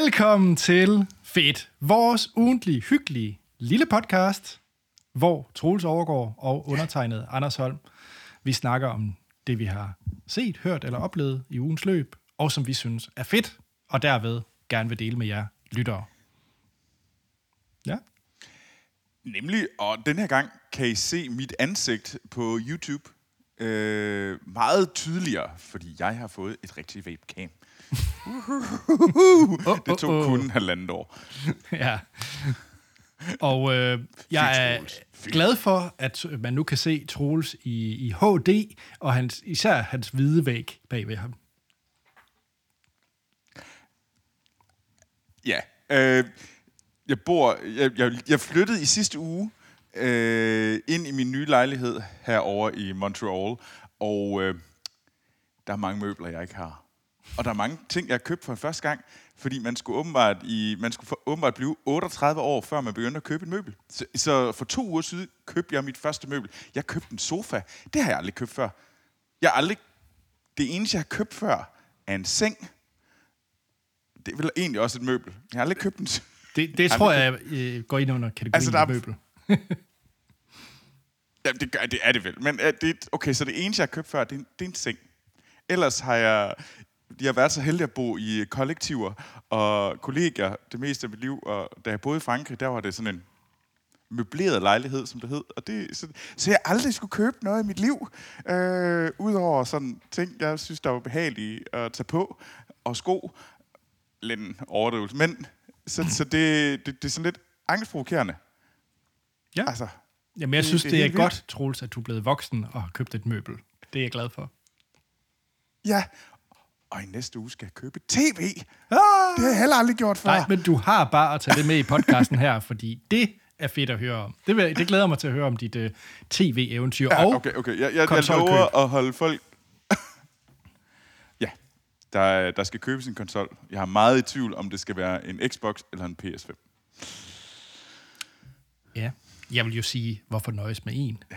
Velkommen til Fedt, vores ugentlige, hyggelige lille podcast, hvor Troels Overgaard og undertegnet Anders Holm, vi snakker om det, vi har set, hørt eller oplevet i ugens løb, og som vi synes er fedt, og derved gerne vil dele med jer lyttere. Ja. Nemlig, og den her gang kan I se mit ansigt på YouTube meget tydeligere, fordi jeg har fået et rigtigt webcam. Det tog kun 1,5 år. Ja. Og jeg er glad for, at man nu kan se Troels i HD, og især hans hvide væg bag ved ham. Ja. Jeg flyttede i sidste uge ind i min nye lejlighed herovre i Montreal, og der er mange møbler, jeg ikke har. Og der er mange ting, jeg har købt for første gang, fordi man skulle åbenbart blive 38 år, før man begyndte at købe et møbel. Så for 2 uger siden købte jeg mit første møbel. Jeg købte en sofa. Det har jeg aldrig købt før. Det eneste, jeg har købt før, er en seng. Det er vel egentlig også et møbel. Jeg har aldrig købt en Det tror jeg går ind under kategorien møbel. Jamen, det er det vel. Men okay, så det eneste, jeg har købt før, det er en seng. Ellers har jeg har været så heldig at bo i kollektiver og kollegier det meste af mit liv. Og da jeg boede i Frankrig, der var det sådan en møbleret lejlighed, som det hed. Og så jeg aldrig skulle købe noget i mit liv, udover sådan ting, jeg synes, der var behagelige at tage på. Og sko. Lidt en overdrivelse. Men så det er sådan lidt angstprovokerende. Ja. Altså, jamen, jeg synes, det er godt, Troels, at du er blevet voksen og har købt et møbel. Det er jeg glad for. Ja, og i næste uge skal jeg købe tv. Det har jeg heller aldrig gjort før. Nej, men du har bare at tage det med i podcasten her, fordi det er fedt at høre om. Det glæder mig til at høre om dit tv-eventyr og okay. Jeg lover at holde folk... Ja, der skal købes en konsol. Jeg har meget i tvivl, om det skal være en Xbox eller en PS5. Ja, jeg vil jo sige, hvorfor nøjes med en? Ja.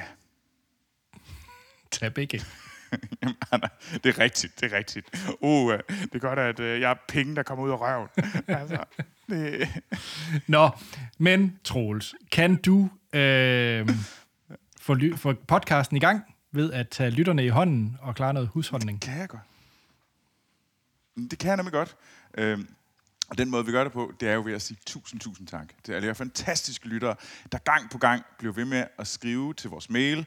Tag begge. Jamen, Anna, det er rigtigt. Det er godt, at jeg har penge, der kommer ud af røven. Altså, det... Nå, men Troels, kan du få podcasten i gang ved at tage lytterne i hånden og klare noget husholdning? Det kan jeg godt. Det kan jeg nemlig godt. Og den måde, vi gør det på, det er jo ved at sige tusind tak til alle jer fantastiske lyttere, der gang på gang bliver ved med at skrive til vores mail,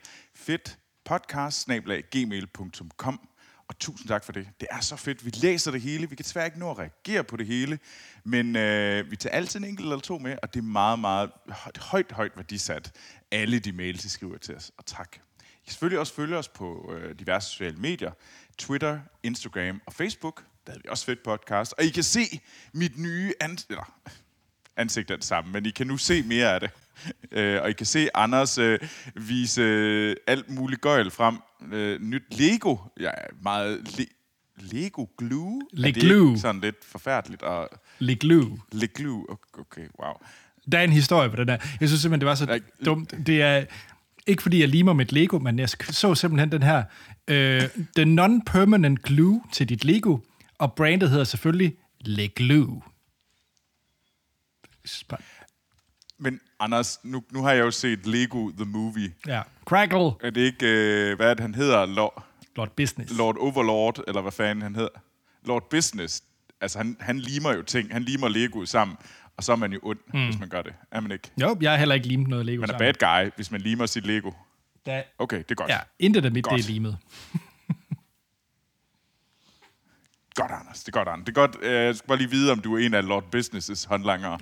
fedtpodcast@gmail.com. Og tusind tak for det. Det er så fedt. Vi læser det hele. Vi kan desværre ikke nå at reagere på det hele, men vi tager altid en enkelt eller 2 med, og det er meget, meget højt værdisat. Alle de mails, de skriver til os. Og tak. I kan selvfølgelig også følge os på diverse sociale medier. Twitter, Instagram og Facebook. Der havde vi også Fedt Podcast. Og I kan se mit nye ansigt er det samme, men I kan nu se mere af det. Og I kan se Anders vise alt muligt gøjl frem. Nyt Lego. Ja, meget Lego glue. Glue. Sådan lidt forfærdeligt. Glue. Okay, wow. Der er en historie på den der. Jeg synes simpelthen, det var så dumt. Det er ikke fordi, jeg limer med et Lego, men jeg så simpelthen den her the non-permanent glue til dit Lego, og brandet hedder selvfølgelig Glue. Men Anders, nu har jeg jo set Lego The Movie. Ja, Crackle. Er det ikke, hvad er det, han hedder? Lord Business. Lord Overlord, eller hvad fanden han hedder? Lord Business. Altså, han limer jo ting. Han limer Lego sammen, og så er man jo ond, hvis man gør det. Er man ikke? Jo, jeg har heller ikke limet noget Lego sammen. Man er bad guy, hvis man limer sit Lego. Okay, det er godt. Ja, intet af mit, det er limet. Godt, Anders. Det er godt, Anders. Det er godt. Jeg skal bare lige vide, om du er en af Lord Business' håndlangere.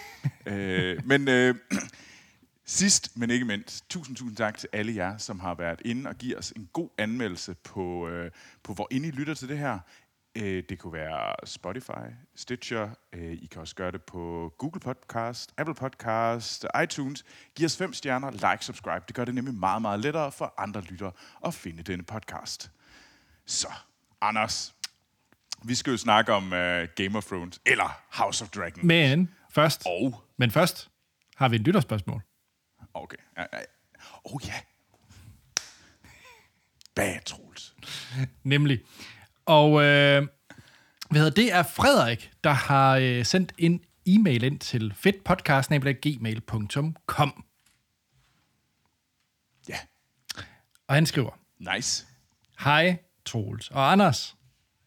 Sidst, men ikke mindst, tusind tak til alle jer, som har været inde og givet os en god anmeldelse på hvor inde I lytter til det her. Det kunne være Spotify, Stitcher. I kan også gøre det på Google Podcast, Apple Podcast, iTunes. Giv os 5 stjerner, like, subscribe. Det gør det nemlig meget, meget lettere for andre lyttere at finde denne podcast. Så, Anders, vi skal jo snakke om Game of Thrones, eller House of Dragons. Men først har vi et lytterspørgsmål. Okay. Ja. Bad, Troels. Nemlig. Og Det er Frederik, der har sendt en e-mail ind til fedtpodcast@gmail.com. Ja. Og han skriver: Nice. Hej, Troels og Anders.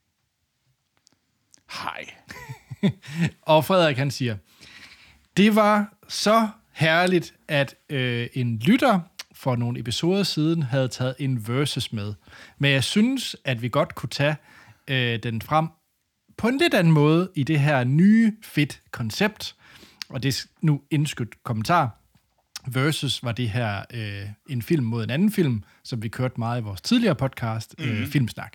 Hej. Og Frederik, han siger: Det var så herligt, at en lytter for nogle episoder siden havde taget en versus med. Men jeg synes, at vi godt kunne tage den frem på en lidt anden måde i det her nye fedt koncept. Og det er nu indskudt kommentar. Versus var det her en film mod en anden film, som vi kørte meget i vores tidligere podcast, Filmsnak.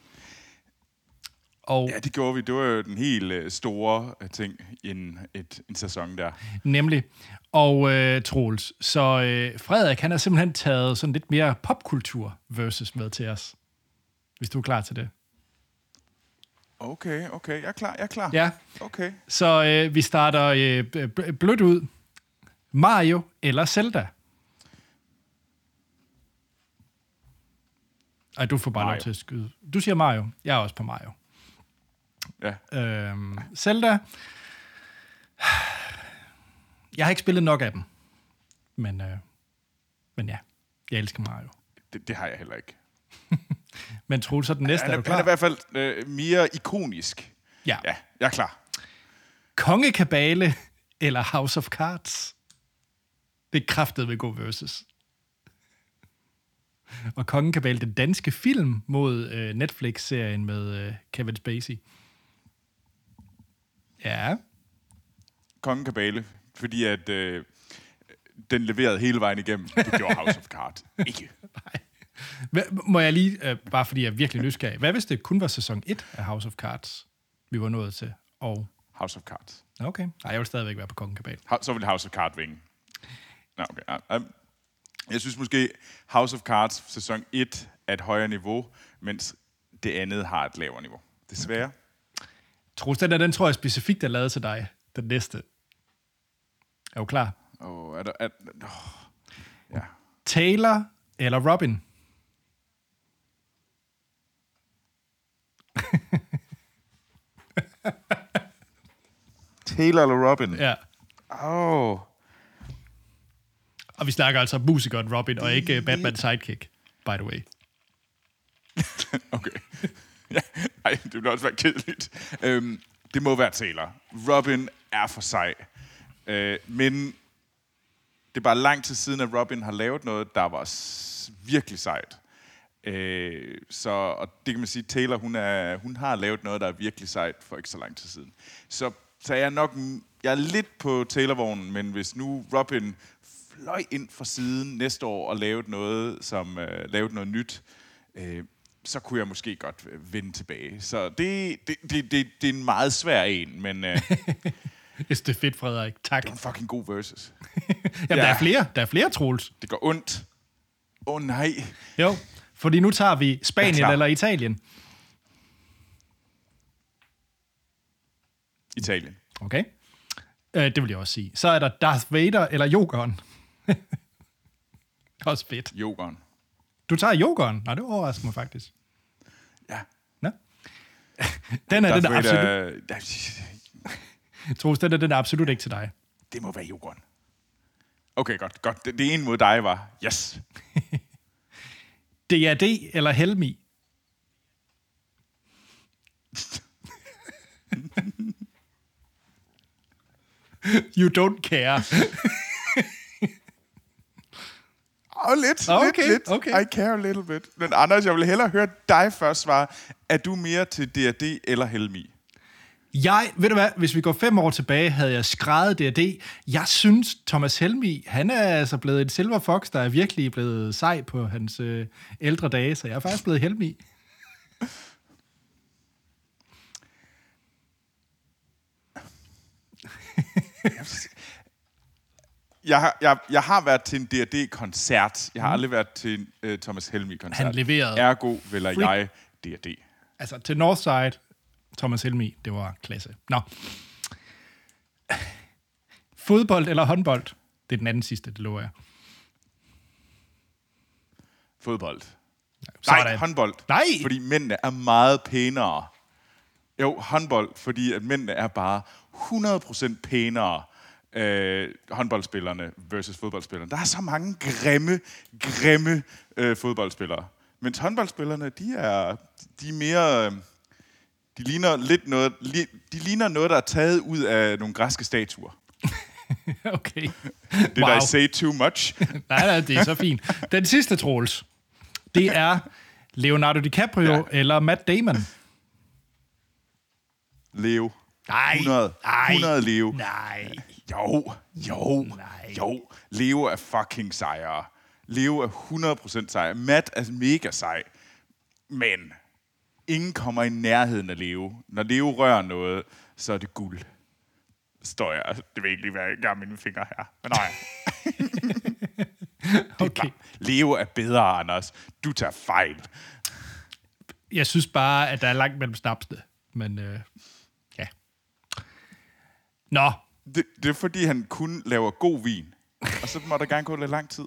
Og ja, det gjorde vi. Det var jo den helt store ting i en sæson der. Nemlig. Og Troels, så Frederik, han har simpelthen taget sådan lidt mere popkultur versus med til os. Hvis du er klar til det. Okay, jeg er klar. Ja. Okay. Så vi starter blødt ud. Mario eller Zelda? Ej, du får bare lov til at skyde. Du siger Mario. Jeg er også på Mario. Ja. Zelda. Jeg har ikke spillet nok af dem. Men ja, jeg elsker Mario. Det har jeg heller ikke. Men Troels, så den næste, er du klar? Han er i hvert fald mere ikonisk. Ja. Ja, jeg er klar. Kongekabale eller House of Cards? Det er kraftet ved god versus. Og Kongekabale, den danske film mod Netflix-serien med Kevin Spacey. Ja. Kongekabale, fordi at den leverede hele vejen igennem. Det gjorde House of Cards ikke. Nej. Må jeg lige, bare fordi jeg er virkelig nysgerrig, hvad hvis det kun var sæson 1 af House of Cards, vi var nået til? Og House of Cards. okay. Nej, jeg vil stadigvæk være på Kongekabale. Så vil House of Cards vinge. Nå, okay. Jeg synes måske, House of Cards sæson 1 er et højere niveau, mens det andet har et lavere niveau. Desværre. Okay. Troels, den tror jeg specifikt er lavet til dig. Den næste. Er du klar? Ja. Taylor eller Robin? Taylor eller Robin? Ja. Og vi snakker altså musikeren Robin, og ikke Batman sidekick, by the way. Okay. Ja, nej, det ville også være kedeligt. Det må være Taylor. Robin er for sej. Men det er bare lang tid siden, at Robin har lavet noget, der var virkelig sejt. Og det kan man sige, Taylor, hun har lavet noget, der er virkelig sejt for ikke så lang tid siden. Så jeg er lidt på Taylor-vognen, men hvis nu Robin fløj ind fra siden næste år og lavede noget nyt, så kunne jeg måske godt vende tilbage. Så det er en meget svær en, men Det er fedt, Frederik. Tak. det er en fucking god versus. Jamen, ja. Der er flere, Troels. Det går ondt. Nej. Jo, fordi nu tager vi Spanien eller Italien. Italien. Okay. Det vil jeg også sige. Så er der Darth Vader eller Jokeren. Også fedt. Jokeren. Du tager Jokeren? Nej, det overrasker mig faktisk. Ja. Nå. Den er Darth den Vader, absolut... Troels, den er absolut ikke til dig. Det må være Jokeren. Okay, godt. Det ene mod dig var, yes. D.A.D. eller Helmi? You don't care. Lidt. Okay. I care a little bit. Men Anders, jeg vil hellere høre dig først svare. Er du mere til D&D eller Helmi? Ved du hvad, hvis vi går 5 år tilbage, havde jeg skrevet D&D. Jeg synes, Thomas Helmig, han er altså blevet en Silver Fox, der er virkelig blevet sej på hans ældre dage, så jeg er faktisk blevet Helmig. Jeg har været til en D&D-koncert. Jeg har aldrig været til en Thomas Helmig-koncert. Han leverede. Ergo vælger jeg D&D. Altså, til Northside, Thomas Helmig, det var klasse. Nå. Fodbold eller håndbold? Det er den anden sidste, det lover jeg. Fodbold. Nej, håndbold. Nej! Fordi mændene er meget pænere. Jo, håndbold, fordi at mændene er bare 100% pænere håndboldspillerne versus fodboldspillerne. Der er så mange grimme fodboldspillere. Mens håndboldspillerne, de er mere... De ligner lidt noget, de ligner noget, der er taget ud af nogle græske statuer. Okay. Did I say too much? nej, det er så fint. Den sidste, Troels, det er Leonardo DiCaprio eller Matt Damon. Leo. Nej. 100 Leo. Nej. Jo. Leo er fucking sejere. Leo er 100% sejere. Matt er mega sej. Men ingen kommer i nærheden af Leo. Når Leo rører noget, så er det guld. Står jeg. Det vil ikke lige være, jeg gør mine fingre her. Men nej. Okay. Leo er bedre, Anders. Du tager fejl. Jeg synes bare, at der er langt mellem snapsene. Men ja. Nå. Det er fordi, han kun laver god vin. Og så må der gerne gå lidt lang tid.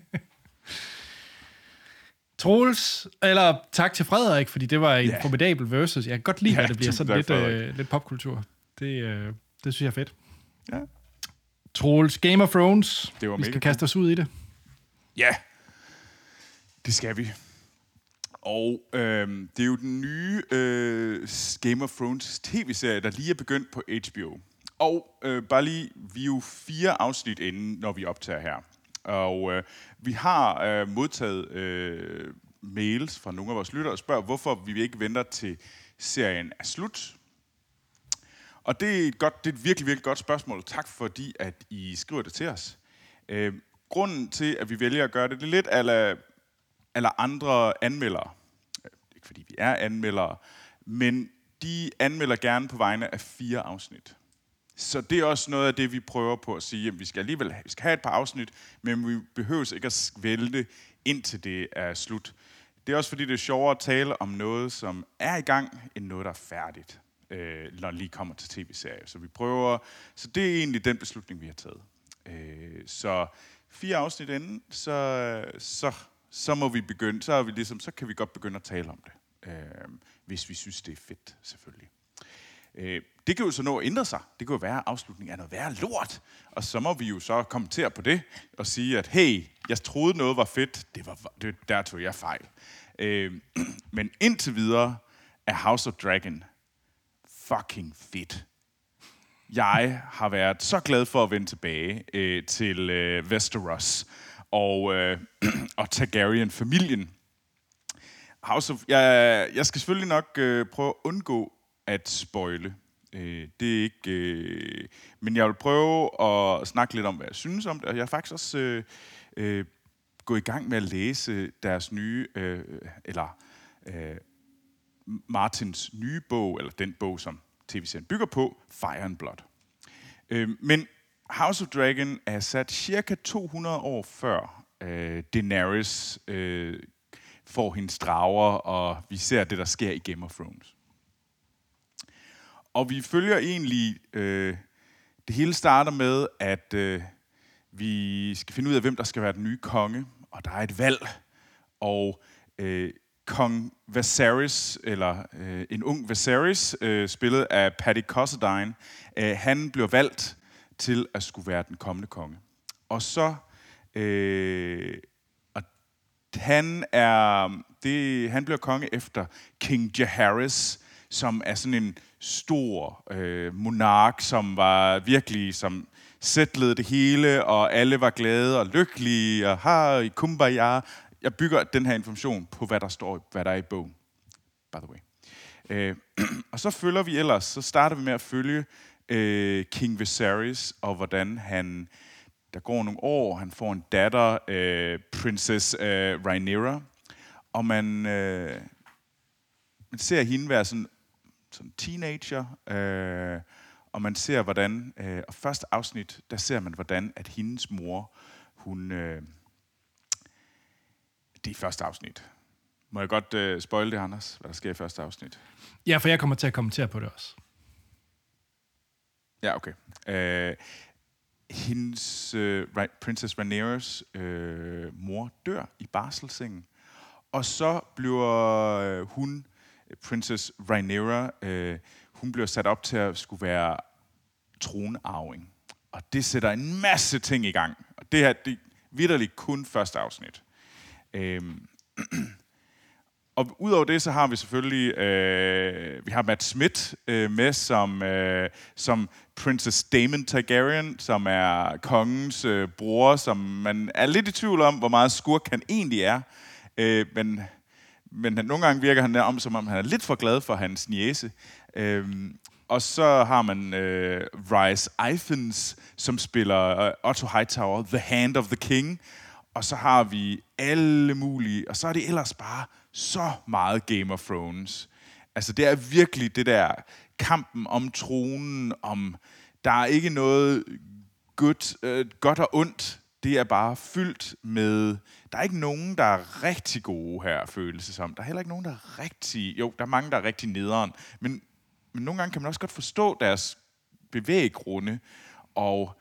Troels, eller tak til Frederik, fordi det var en formidabel versus. Jeg kan godt lide, at det bliver sådan lidt popkultur. Det synes jeg er fedt. Ja. Troels, Game of Thrones. Det var vi skal kaste os ud i det. Ja, det skal vi. Og det er jo den nye Game of Thrones tv-serie, der lige er begyndt på HBO. Og bare lige, vi er jo 4 afsnit inde, når vi optager her. Og vi har modtaget mails fra nogle af vores lyttere og spørger, hvorfor vi ikke venter til serien er slut. Og det er et virkelig, virkelig godt spørgsmål. Tak fordi, at I skriver det til os. Grunden til, at vi vælger at gøre det lidt eller andre anmeldere, ikke fordi vi er anmeldere, men de anmelder gerne på vegne af 4 afsnit. Så det er også noget af det, vi prøver på at sige, at vi skal have et par afsnit, men vi behøver ikke at svælge indtil det er slut. Det er også fordi, det er sjovere at tale om noget, som er i gang, end noget, der er færdigt, når det lige kommer til tv-serier. Så det er egentlig den beslutning, vi har taget. Så 4 afsnit inden, så må vi begynde, så kan vi godt begynde at tale om det, hvis vi synes, det er fedt, selvfølgelig. Det kan jo så nå at ændre sig. Det kan jo være, at afslutningen er noget værre lort. Og så må vi jo så kommentere på det og sige, at hey, jeg troede noget var fedt. Der tog jeg fejl. Men indtil videre er House of Dragon fucking fedt. Jeg har været så glad for at vende tilbage til Westeros og Targaryen-familien. Jeg skal selvfølgelig nok prøve at undgå at spoile. Det er ikke... men jeg vil prøve at snakke lidt om, hvad jeg synes om det. Og jeg har faktisk også gået i gang med at læse deres nye... Martins nye bog, eller den bog, som tv-serien bygger på, Fire and Blood. Men House of Dragon er sat cirka 200 år før Daenerys får hendes drager, og vi ser det, der sker i Game of Thrones. Og vi følger egentlig... det hele starter med, at vi skal finde ud af, hvem der skal være den nye konge, og der er et valg, og kong Viserys, eller en ung Viserys, spillet af Paddy Considine, han bliver valgt til at skulle være den kommende konge. Og så... han bliver konge efter King Jaehaerys, som er sådan en stor monark, som var virkelig, som sætlede det hele, og alle var glade og lykkelige, og i kumbaya. Jeg bygger den her information på, hvad der er i bogen, by the way. Og så følger vi ellers, så starter vi med at følge King Viserys, og hvordan der går nogle år, han får en datter, Princess Rhaenyra, og man ser hende være sådan teenager, og man ser hvordan, og første afsnit, der ser man hvordan, at hendes mor, det er første afsnit. Må jeg godt spoile det, Anders, hvad der sker i første afsnit? Ja, for jeg kommer til at kommentere på det også. Ja, okay. Hendes Princess Rhaenyrys mor dør i barselssengen, og så bliver hun Princess Rhaenyra, hun bliver sat op til at skulle være tronarving. Og det sætter en masse ting i gang. Og det her, det er vitterligt kun første afsnit. Og udover det, så har vi selvfølgelig vi har Matt Smith med som Princess Daemon Targaryen, som er kongens bror, som man er lidt i tvivl om, hvor meget skurk han egentlig er. Men nogle gange virker han som om han er lidt for glad for hans niece. Og så har man Rhys Ifans, som spiller Otto Hightower, The Hand of the King. Og så har vi alle mulige, og så er det ellers bare så meget Game of Thrones. Altså det er virkelig det der kampen om tronen, om der er ikke noget godt og ondt. Det er bare fyldt med, der er ikke nogen, der er rigtig gode her, følelse som. Der er heller ikke nogen, der er rigtig, jo, der er mange, der er rigtig nederen, men nogle gange kan man også godt forstå deres bevæggrunde, og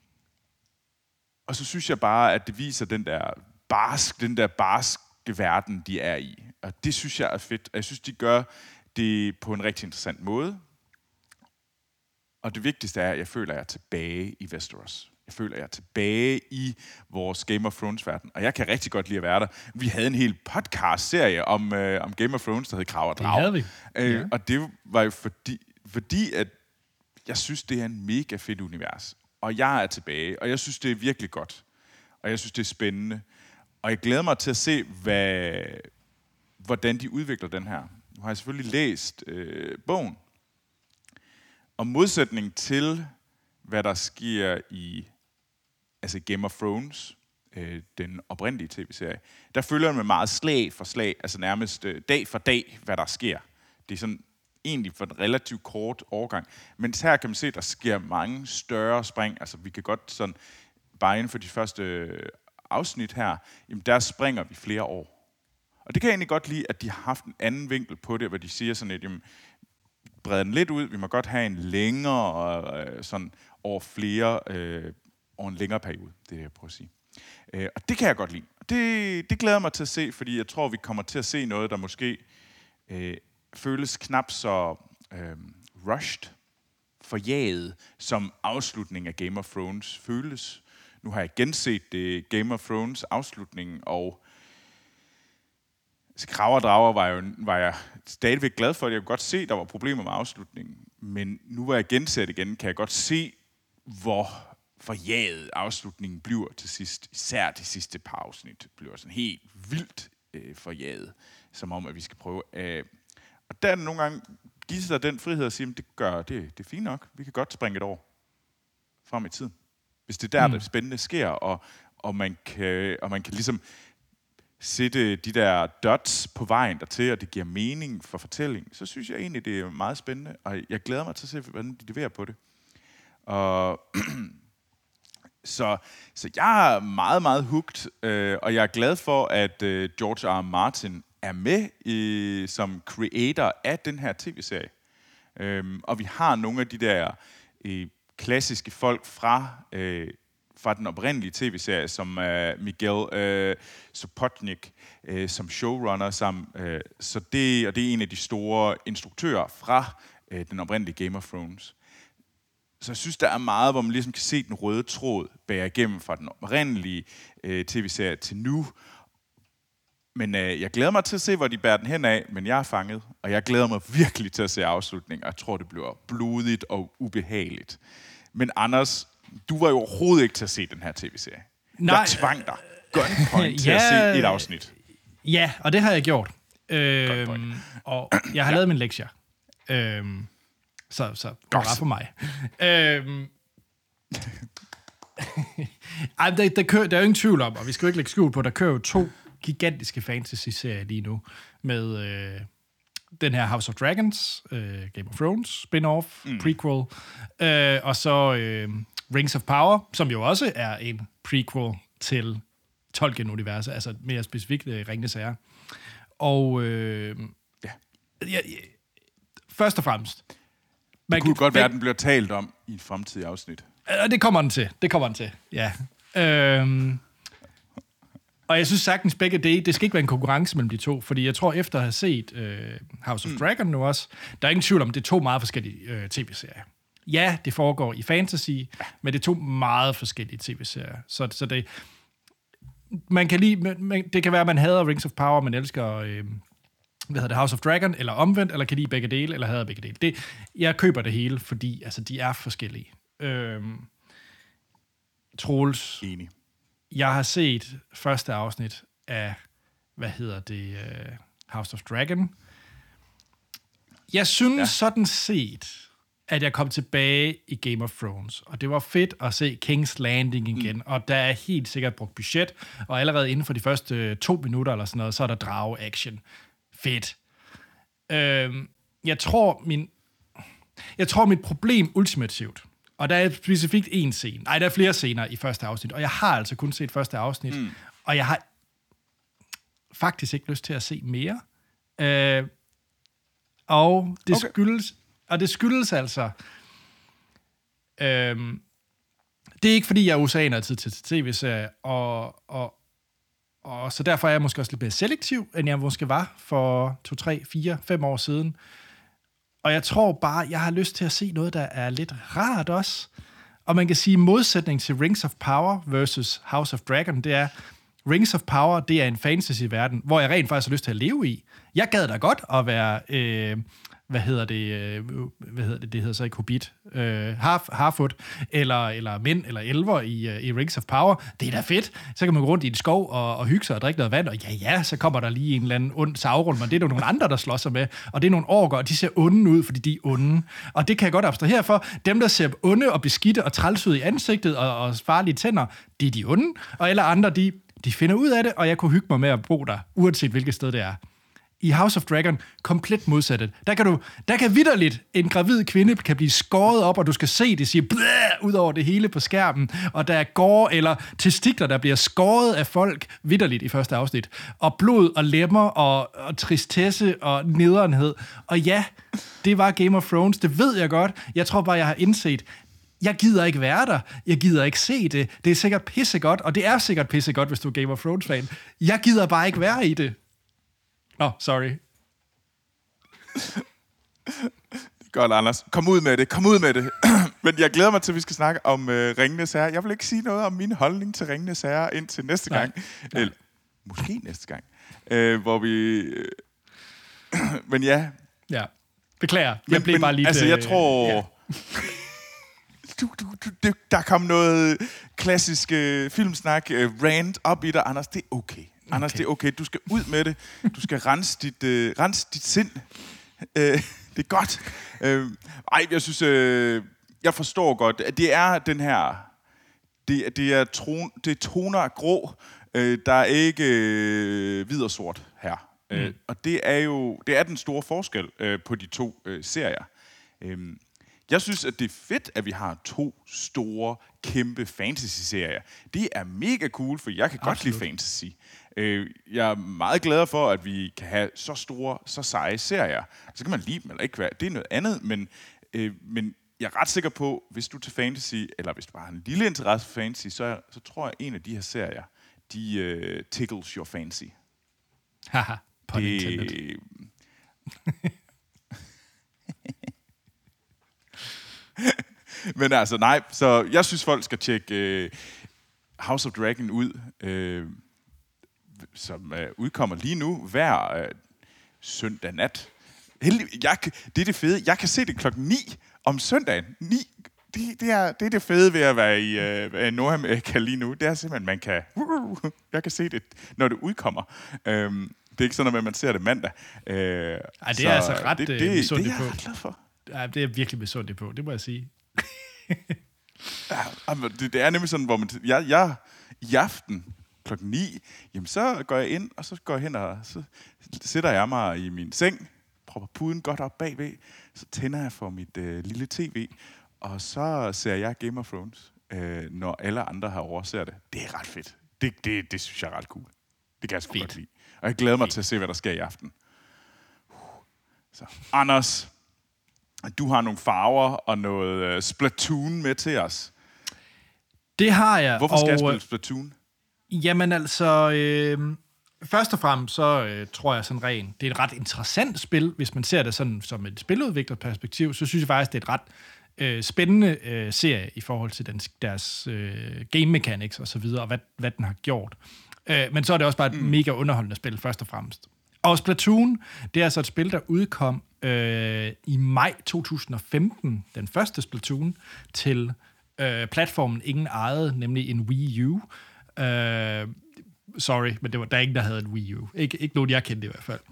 så synes jeg bare, at det viser den der barske verden, de er i. Og det synes jeg er fedt. Jeg synes, de gør det på en rigtig interessant måde. Og det vigtigste er, at jeg føler, at jeg er tilbage i Westeros. Jeg føler, at jeg er tilbage i vores Game of Thrones-verden. Og jeg kan rigtig godt lide at være der. Vi havde en hel podcast-serie om Game of Thrones, der hed Krav og Drag. Det havde vi. Ja. Og det var jo fordi, at jeg synes, det er en mega fedt univers. Og jeg er tilbage, og jeg synes, det er virkelig godt. Og jeg synes, det er spændende. Og jeg glæder mig til at se, hvordan de udvikler den her. Nu har jeg selvfølgelig læst bogen. Og modsætning til, hvad der sker i Game of Thrones, den oprindelige tv-serie, der følger man meget slag for slag, altså nærmest dag for dag, hvad der sker. Det er sådan egentlig for en relativt kort årgang. Men her kan man se, at der sker mange større spring. Altså vi kan godt sådan, bare inden for de første afsnit her, jamen der springer vi flere år. Og det kan jeg egentlig godt lide, at de har haft en anden vinkel på det, hvor de siger sådan, at jamen, brede den lidt ud, vi må godt have en længere, sådan over flere, over en længere periode, det er det, jeg prøver at sige. Og det kan jeg godt lide. Det glæder mig til at se, fordi jeg tror, vi kommer til at se noget, der måske føles knap så rushed, forjaget, som afslutningen af Game of Thrones føles. Nu har jeg genset det Game of Thrones afslutningen, og Krav og Drager var jeg stadigvæk glad for, at jeg kunne godt se, at der var problemer med afslutningen. Men nu hvor jeg genser det igen, kan jeg godt se, hvor forjaget afslutningen bliver til sidst. Især de sidste par afsnit bliver sådan helt vildt forjaget, som om, at vi skal prøve. Og der er nogle gange give sig den frihed at sige, at det er fint nok. Vi kan godt springe et år frem i tiden. Hvis det er der, det spændende sker, og man kan ligesom sætte de der dots på vejen dertil, og det giver mening for fortællingen, så synes jeg egentlig, det er meget spændende, og jeg glæder mig til at se, hvordan de leverer på det. Og så jeg er meget, meget hooked, og jeg er glad for, at George R. Martin er med som creator af den her tv-serie. Og vi har nogle af de der klassiske folk fra den oprindelige tv-serie, som Miguel Sapochnik som showrunner. Så det er en af de store instruktører fra den oprindelige Game of Thrones. Så jeg synes, der er meget, hvor man ligesom kan se den røde tråd bære igennem fra den oprindelige tv-serie til nu. Men jeg glæder mig til at se, hvor de bærer den hen af, men jeg er fanget, og jeg glæder mig virkelig til at se afslutningen, og jeg tror, det bliver blodigt og ubehageligt. Men Anders, du var jo overhovedet ikke til at se den her tv-serie. Nej. Jeg tvang dig gunpoint til at se et afsnit. Ja, og det har jeg gjort. Og jeg har lavet min lektier. Så det var for mig. Der er jo ingen tvivl om, og vi skal jo ikke lægge skjul på, der kører jo 2 gigantiske fantasy-serier lige nu, med den her House of Dragons, Game of Thrones, spin-off, prequel, og så Rings of Power, som jo også er en prequel til Tolkien-universet, altså mere specifikt Ringenes Herre. Og først og fremmest... Det kunne godt være, at den bliver talt om i et fremtidigt afsnit. Det kommer den til, ja. Og jeg synes sagtens begge det skal ikke være en konkurrence mellem de to, fordi jeg tror, efter at have set House of Dragon nu også, der er ingen tvivl om, det er to meget forskellige tv-serier. Ja, det foregår i fantasy, men det er to meget forskellige tv-serier. Så det... Man kan det kan være, at man hader Rings of Power, man elsker House of Dragon, eller omvendt, eller kan lide begge dele, eller hader begge dele. Jeg køber det hele, fordi altså, de er forskellige. Troels. Enig. Jeg har set første afsnit af, House of Dragon. Jeg synes sådan set, at jeg kom tilbage i Game of Thrones, og det var fedt at se King's Landing igen, og der er helt sikkert brugt budget, og allerede inden for de første 2 minutter eller sådan noget, så er der drage-action. Fedt. Jeg tror, mit problem ultimativt, og der er specifikt en scene, der er flere scener i første afsnit, og jeg har altså kun set første afsnit, og jeg har faktisk ikke lyst til at se mere. Og det skyldes altså... det er ikke, fordi jeg er oceaner tid til tv-serier, og så derfor er jeg måske også lidt mere selektiv, end jeg måske var for 2, 3, 4, 5 år siden. Og jeg tror bare, jeg har lyst til at se noget, der er lidt rart også. Og man kan sige, modsætning til Rings of Power versus House of Dragon, det er, Rings of Power, det er en fantasy-verden, hvor jeg rent faktisk har lyst til at leve i. Jeg gad da godt at være... det hedder så ikke Hobbit, Harfoot, eller mænd, eller elver i Rings of Power. Det er da fedt. Så kan man gå rundt i en skov og hygge sig og drikke noget vand, og ja, så kommer der lige en eller anden ond Sauron, men det er nogle andre, der slår sig med, og det er nogle orker, og de ser onde ud, fordi de er onde. Og det kan jeg godt abstrahere for. Dem, der ser onde og beskidte og træls ud i ansigtet og farlige tænder, det er de onde, og alle andre, de finder ud af det, og jeg kunne hygge mig med at bo der, uanset hvilket sted det er. I House of Dragon, komplet modsatte. Der kan vitterligt en gravid kvinde kan blive skåret op, og du skal se det sige ud over det hele på skærmen, og der er gore eller testikler, der bliver skåret af folk vitterligt i første afsnit, og blod og lemmer og tristesse og nederenhed. Og ja, det var Game of Thrones, det ved jeg godt. Jeg tror bare, jeg har indset, jeg gider ikke være der. Jeg gider ikke se det. Det er sikkert pissegodt, og det er sikkert pissegodt, hvis du er Game of Thrones-fan. Jeg gider bare ikke være i det. Sorry. Godt, Anders. Kom ud med det. Men jeg glæder mig til, at vi skal snakke om Ringenes Herre. Jeg vil ikke sige noget om min holdning til Ringenes Herre indtil næste gang. Nej. Eller måske næste gang. Hvor vi... men ja. Ja. Beklager. Jeg blev bare lidt... Altså, jeg tror... Ja. Der kom noget klassisk filmsnak, rant op i dig, Anders. Det er okay. Anders, det er okay. Du skal ud med det. Du skal rense dit sind. Det er godt. Jeg synes... jeg forstår godt. Det er den her... Det er toner af grå. Der er ikke hvid og sort her. Og det er den store forskel på de to serier. Jeg synes, at det er fedt, at vi har 2 store, kæmpe fantasy-serier. Det er mega cool, for jeg kan godt lide fantasy. Jeg er meget glad for, at vi kan have så store, så seje serier. Så kan man lide dem eller ikke være. Det er noget andet, men jeg er ret sikker på, hvis du er til fantasy, eller hvis du bare har en lille interesse for fantasy, så tror jeg, at en af de her serier, de tickles your fancy. Haha, pun intended. Men altså, nej. Så jeg synes, folk skal tjekke House of Dragon ud, som udkommer lige nu hver søndag nat. Det er det fede. Jeg kan se det 9:00 om søndagen. 9. Det er det fede ved at være i Nordamerika lige nu. Det er simpelthen, jeg kan se det, når det udkommer. Det er ikke sådan, at man ser det mandag. Det er altså ret misundeligt på. Det er jeg ret glad for. Ja, det er virkelig misundeligt på, det må jeg sige. Det er nemlig sådan, hvor man... Jeg i aften 9:00, jamen så går jeg ind, og så går jeg hen, og så sætter jeg mig i min seng, propper puden godt op bagved, så tænder jeg for mit lille tv, og så ser jeg Game of Thrones, når alle andre har overser det. Det er ret fedt. Det synes jeg er ret cool. Det kan jeg sgu godt lide. Og jeg glæder mig til at se, hvad der sker i aften. Så, Anders, du har nogle farver og noget Splatoon med til os. Det har jeg. Hvorfor skal jeg spille Splatoon? Jamen altså, først og fremmest så tror jeg sådan rent, det er et ret interessant spil, hvis man ser det sådan som et spiludviklerperspektiv, så synes jeg faktisk, det er et ret spændende serie i forhold til deres game mechanics og så videre, og hvad den har gjort. Men så er det også bare et mega underholdende spil, først og fremmest. Og Splatoon, det er altså et spil, der udkom i maj 2015, den første Splatoon, til platformen ingen ejede, nemlig en Wii U. Sorry, men der er ingen, der havde en Wii U. Ikke nogen, jeg kendte i hvert fald.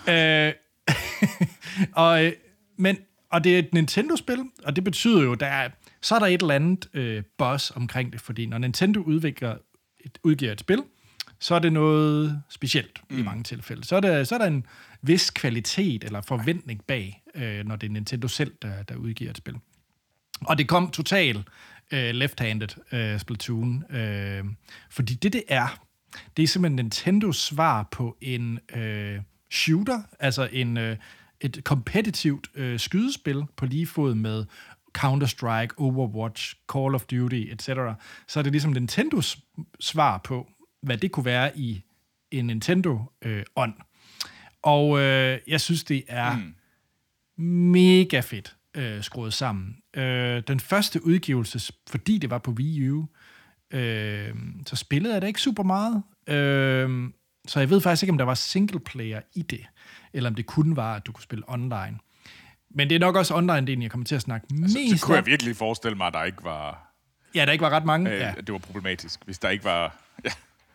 Og det er et Nintendo-spil, og det betyder jo, så er der et eller andet buzz omkring det, fordi når Nintendo udgiver et spil, så er det noget specielt i mange tilfælde. Så er der en vis kvalitet eller forventning bag, når det er Nintendo selv, der udgiver et spil. Og det kom totalt left-handed Splatoon, fordi det er simpelthen Nintendos svar på en shooter, altså et kompetitivt skydespil på lige fod med Counter-Strike, Overwatch, Call of Duty, etc. Så er det ligesom Nintendos svar på, hvad det kunne være i en Nintendo-ånd. Og jeg synes, det er mega fedt skruet sammen. Den første udgivelse, fordi det var på Wii U, så spillede jeg det ikke super meget. Så jeg ved faktisk ikke, om der var single player i det, eller om det kun var, at du kunne spille online. Men det er nok også online-delen, jeg kommer til at snakke mest om. Så kunne jeg virkelig forestille mig, at der ikke var... Ja, der ikke var ret mange. Ja. Det var problematisk, hvis der ikke var... Ja.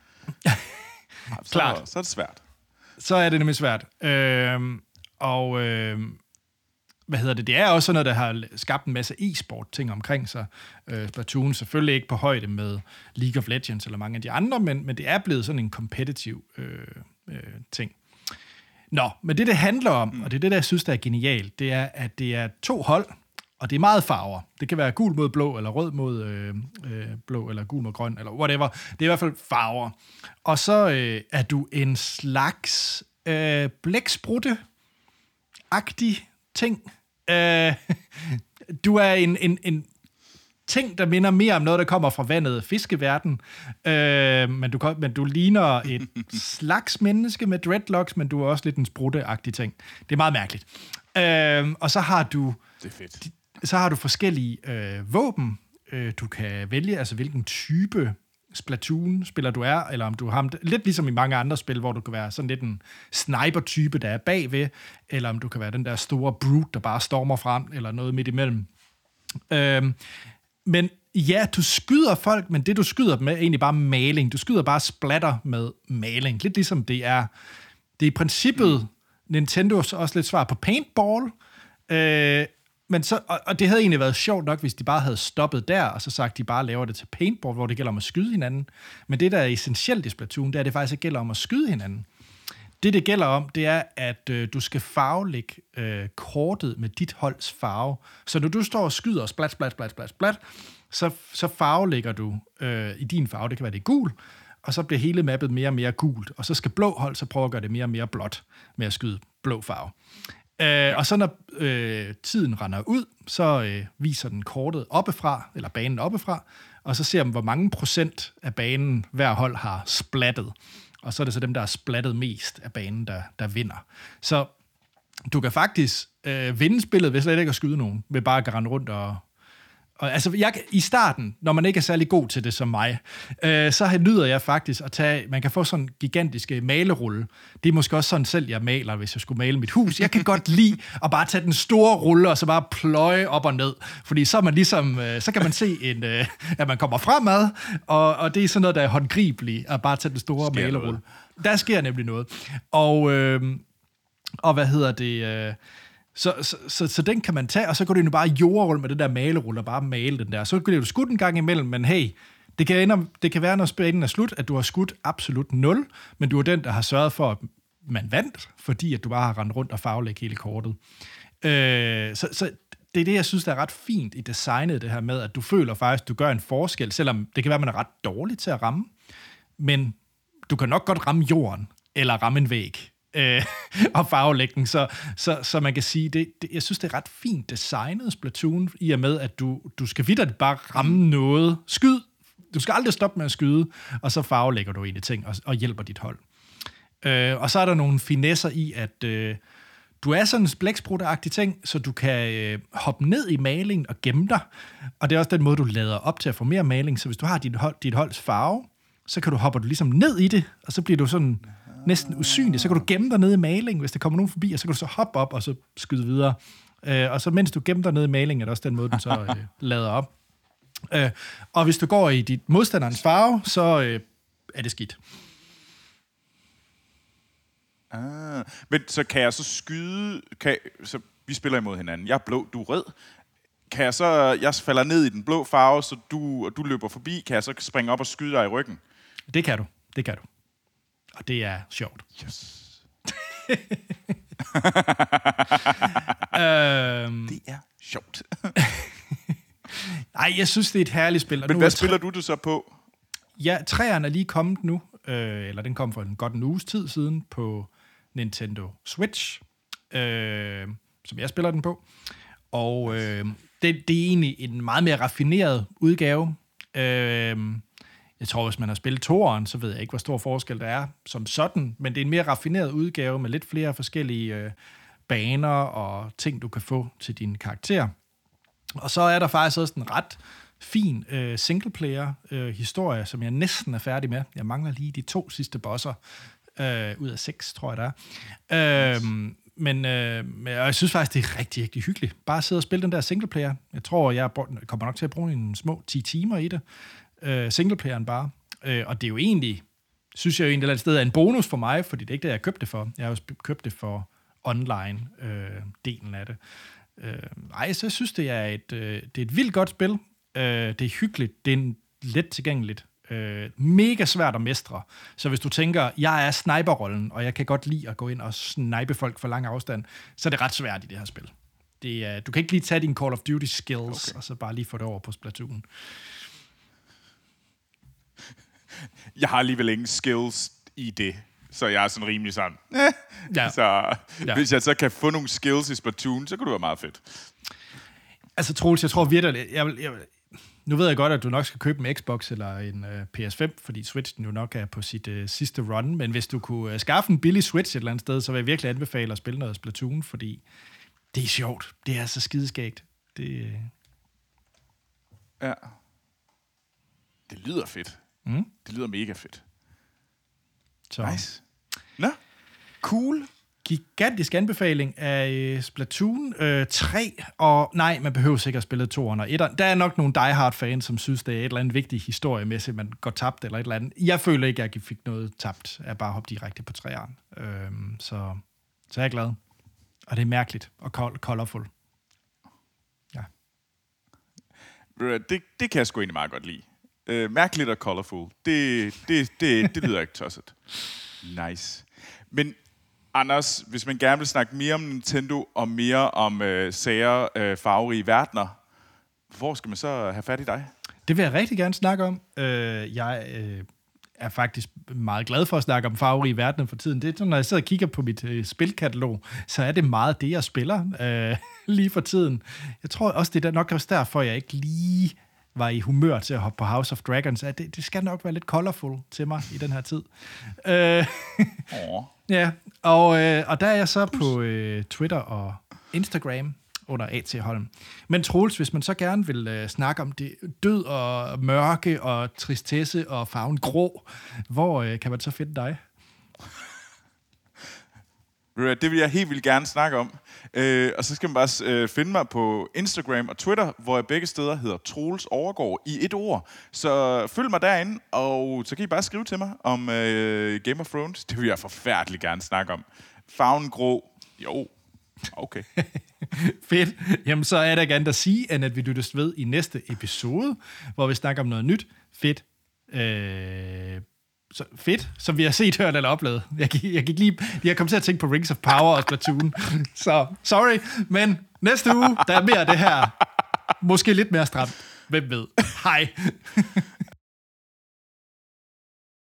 Klart. Så er det svært. Så er det nemlig svært. Hvad hedder det? Det er også sådan noget, der har skabt en masse e-sport-ting omkring sig. Splatoon selvfølgelig ikke på højde med League of Legends eller mange af de andre, men det er blevet sådan en kompetitiv ting. Nå, men det handler om, og det er det, der jeg synes, der er genialt, det er, at det er 2 hold, og det er meget farver. Det kan være gul mod blå, eller rød mod blå, eller gul mod grøn, eller whatever. Det er i hvert fald farver. Og så er du en slags blæksprutte-agtig ting. Du er en ting, der minder mere om noget, der kommer fra vandet, fiskeverden. Men du ligner et slags menneske med dreadlocks, men du er også lidt en sprutte-agtig ting. Det er meget mærkeligt. Og så har du... Det er fedt. Så har du forskellige våben. Du kan vælge, altså hvilken type Splatoon-spiller du er, eller om du har lidt ligesom i mange andre spil, hvor du kan være sådan lidt en sniper-type, der er bagved, eller om du kan være den der store brute, der bare stormer frem, eller noget midt imellem. Men ja, du skyder folk, men det du skyder dem med er egentlig bare maling. Du skyder bare splatter med maling. Lidt ligesom det er i princippet Nintendos også lidt svar på paintball. Men så, og det havde egentlig været sjovt nok, hvis de bare havde stoppet der, og så sagt, de bare laver det til paintball, hvor det gælder om at skyde hinanden. Men det, der er essentielt i Splatoon, det er, at det faktisk ikke gælder om at skyde hinanden. Det gælder om, det er, at du skal farvelægge kortet med dit holds farve. Så når du står og skyder splat, så farvelægger du i din farve, det kan være det gul, og så bliver hele mappet mere og mere gult. Og så skal blå hold så prøve at gøre det mere og mere blåt med at skyde blå farve. Og så når tiden render ud, så viser den kortet oppefra, eller banen oppefra, og så ser man, hvor mange procent af banen hver hold har splattet. Og så er det så dem, der har splattet mest af banen, der vinder. Så du kan faktisk vinde spillet ved slet ikke at skyde nogen, ved bare at rende rundt og altså, i starten, når man ikke er særlig god til det som mig, så nyder jeg faktisk at tage, man kan få sådan en gigantisk malerulle. Det er måske også sådan selv, jeg maler, hvis jeg skulle male mit hus. Jeg kan godt lide at bare tage den store rulle, og så bare pløje op og ned. Fordi så er man ligesom, så kan man se, at man kommer fremad, og det er sådan noget, der er håndgribeligt, at bare tage den store malerulle. Der sker nemlig noget. Og hvad hedder det... Så den kan man tage, og så går du bare jordrulle med den der malerulle og bare male den der. Så kan du skudt en gang imellem, men hey, det kan være, når spænden er slut, at du har skudt absolut 0, men du er den, der har sørget for, at man vandt, fordi at du bare har rendt rundt og farvelægget hele kortet. Så det er det, jeg synes, der er ret fint i designet, det her med, at du føler faktisk, at du gør en forskel, selvom det kan være, at man er ret dårlig til at ramme, men du kan nok godt ramme jorden, eller ramme en væg. Og farvelægning, så man kan sige, jeg synes, det er ret fint designet Splatoon, i og med, at du skal vitterligt bare ramme noget, skyd Du skal aldrig stoppe med at skyde, og så farvelægger du egentlig ting og hjælper dit hold. Og så er der nogle finesser i, at du er sådan en blæksprutte-agtig ting, så du kan hoppe ned i malingen og gemme dig. Og det er også den måde, du lader op til at få mere maling. Så hvis du har dit holds farve, så hopper du ligesom ned i det, og så bliver du sådan næsten usynlig. Så kan du gemme dig ned i malingen, hvis der kommer nogen forbi, og så kan du så hoppe op og så skyde videre. Og så mens du gemmer dig ned i malingen, er det også den måde, du så lader op. Og hvis du går i dit modstanderens farve, så er det skidt. Men så kan jeg så skyde... så vi spiller imod hinanden. Jeg er blå, du er rød. Kan jeg så... Jeg falder ned i den blå farve, så du løber forbi. Kan jeg så springe op og skyde dig i ryggen? Det kan du. Og det er sjovt. Yes. Det er sjovt. Nej, jeg synes, det er et herligt spil. Men hvad spiller du det så på? Ja, 3'eren er lige kommet nu. Eller den kom for en uges tid siden på Nintendo Switch, som jeg spiller den på. Og det er egentlig en meget mere raffineret udgave. Jeg tror, hvis man har spillet 2'eren, så ved jeg ikke, hvor stor forskel der er som sådan, men det er en mere raffineret udgave med lidt flere forskellige baner og ting, du kan få til din karakter. Og så er der faktisk også en ret fin singleplayer-historie, som jeg næsten er færdig med. Jeg mangler lige de 2 sidste bosser ud af 6, tror jeg, der er. Men jeg synes faktisk, det er rigtig, rigtig hyggeligt. Bare sidde og spille den der singleplayer. Jeg tror, jeg kommer nok til at bruge en små 10 timer i det. Singleplayeren bare. Og det er jo egentlig, synes jeg jo egentlig et sted er en bonus for mig, fordi det er ikke det, jeg købte det for. Jeg har jo købt det for online-delen af det. Så jeg synes, det er et vildt godt spil. Det er hyggeligt. Det er let tilgængeligt. Mega svært at mestre. Så hvis du tænker, jeg er sniperrollen, og jeg kan godt lide at gå ind og snipe folk for lang afstand, så er det ret svært i det her spil. Du kan ikke lige tage dine Call of Duty skills, og så bare lige få det over på Splatoon. Jeg har alligevel ingen skills i det, så jeg er sådan rimelig sådan. Ja. Så hvis jeg så kan få nogle skills i Splatoon, så kunne det være meget fedt. Altså Troels, jeg tror virkelig, nu ved jeg godt, at du nok skal købe en Xbox eller en PS5, fordi Switchen jo nok er på sit sidste run, men hvis du kunne skaffe en billig Switch et eller andet sted, så vil jeg virkelig anbefale at spille noget Splatoon, fordi det er sjovt. Det er så skideskægt. Ja. Det lyder fedt. Mm. Det lyder mega fedt. Så. Nice. Nå, cool. Gigantisk anbefaling af Splatoon 3, og nej, man behøver sikkert at spille 2'eren og 1'eren. Der er nok nogle diehard-fans, som synes, det er et eller andet vigtigt historiemæssigt, man går tabt eller et eller andet. Jeg føler ikke, at jeg fik noget tabt af bare at hoppe direkte på 3'eren. Så jeg er glad. Og det er mærkeligt og colorful. Ja. Det kan jeg sgu egentlig meget godt lide. Mærkeligt og colorful. Det lyder ikke tosset. Nice. Men Anders, hvis man gerne vil snakke mere om Nintendo og mere om sager, farverige verdener, hvor skal man så have fat i dig? Det vil jeg rigtig gerne snakke om. Jeg er faktisk meget glad for at snakke om farverige verdener for tiden. Det er sådan, når jeg sidder og kigger på mit spilkatalog, så er det meget det, jeg spiller lige for tiden. Jeg tror også, det er nok også derfor, jeg ikke lige var i humør til at hoppe på House of Dragons. Det skal nok være lidt colorful til mig i den her tid. Ja, og der er jeg så på Twitter og Instagram under A.T. Holm. Men Troels, hvis man så gerne vil snakke om det død og mørke og tristesse og farven grå, hvor kan man så finde dig? Det vil jeg helt vildt gerne snakke om. Og så skal man bare finde mig på Instagram og Twitter, hvor jeg begge steder hedder Troels Overgaard i et ord. Så følg mig derinde, og så kan I bare skrive til mig om Game of Thrones. Det vil jeg forfærdeligt gerne snakke om. Farven grå. Jo, okay. Fedt. Jamen, så er der ikke andet at sige, end at vi lyttes ved i næste episode, hvor vi snakker om noget nyt. Fedt. Så fedt, som vi har set, hørt eller oplevet. Jeg kom til at tænke på Rings of Power og Splatoon. Så sorry, men næste uge, der er mere af det her. Måske lidt mere stramt. Hvem ved? Hej.